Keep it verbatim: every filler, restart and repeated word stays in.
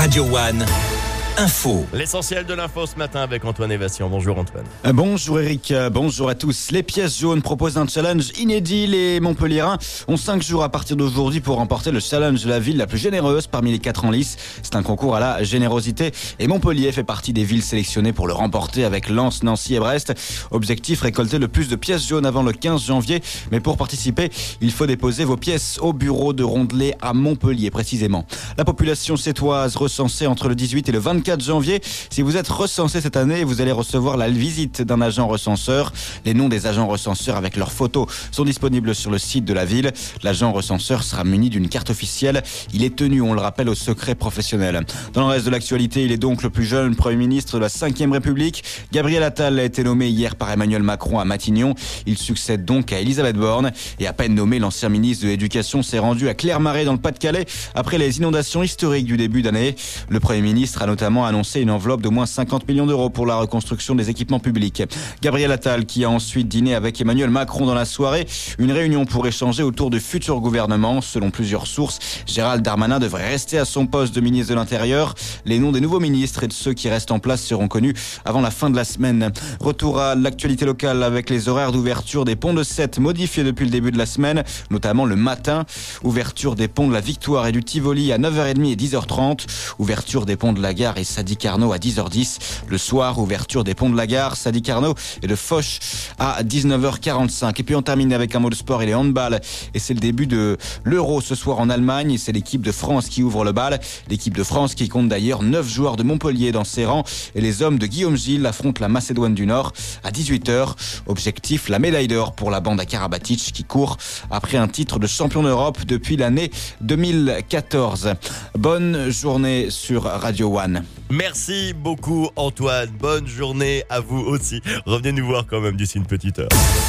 Radio One, info. L'essentiel de l'info ce matin avec Antoine Evassian. Bonjour Antoine. Euh, Bonjour Eric, euh, bonjour à tous. Les pièces jaunes proposent un challenge inédit. Les Montpelliérains ont cinq jours à partir d'aujourd'hui pour remporter le challenge de la ville la plus généreuse parmi les quatre en lice. C'est un concours à la générosité et Montpellier fait partie des villes sélectionnées pour le remporter avec Lens, Nancy et Brest. Objectif, récolter le plus de pièces jaunes avant le quinze janvier. Mais pour participer, il faut déposer vos pièces au bureau de Rondelet à Montpellier précisément. La population sétoise recensée entre le dix-huit et le vingt-quatre janvier. Si vous êtes recensé cette année, vous allez recevoir la visite d'un agent recenseur. Les noms des agents recenseurs avec leurs photos sont disponibles sur le site de la ville. L'agent recenseur sera muni d'une carte officielle. Il est tenu, on le rappelle, au secret professionnel. Dans le reste de l'actualité, il est donc le plus jeune Premier ministre de la cinquième République. Gabriel Attal a été nommé hier par Emmanuel Macron à Matignon. Il succède donc à Elisabeth Borne. Et à peine nommé, l'ancien ministre de l'Éducation s'est rendu à Clermarais dans le Pas-de-Calais après les inondations historiques du début d'année. Le Premier ministre a notamment annoncé une enveloppe d'au moins cinquante millions d'euros pour la reconstruction des équipements publics. Gabriel Attal qui a ensuite dîné avec Emmanuel Macron dans la soirée. Une réunion pour échanger autour du futur gouvernement. Selon plusieurs sources, Gérald Darmanin devrait rester à son poste de ministre de l'Intérieur. Les noms des nouveaux ministres et de ceux qui restent en place seront connus avant la fin de la semaine. Retour à l'actualité locale avec les horaires d'ouverture des ponts de Sète modifiés depuis le début de la semaine, notamment le matin. Ouverture des ponts de la Victoire et du Tivoli à neuf heures trente et dix heures trente. Ouverture des ponts de la Gare et Sadi Carnot à dix heures dix. Le soir, ouverture des ponts de la Gare, Sadi Carnot et de Foch à dix-neuf heures quarante-cinq. Et puis on termine avec un mot de sport et les handball. Et c'est le début de l'Euro ce soir en Allemagne. Et c'est l'équipe de France qui ouvre le bal. L'équipe de France qui compte d'ailleurs neuf joueurs de Montpellier dans ses rangs. Et les hommes de Guillaume Gilles affrontent la Macédoine du Nord à dix-huit heures. Objectif, la médaille d'or pour la bande à Karabatic qui court après un titre de champion d'Europe depuis l'année deux mille quatorze. Bonne journée sur Radio One. Merci beaucoup Antoine. Bonne journée à vous aussi. Revenez nous voir quand même d'ici une petite heure.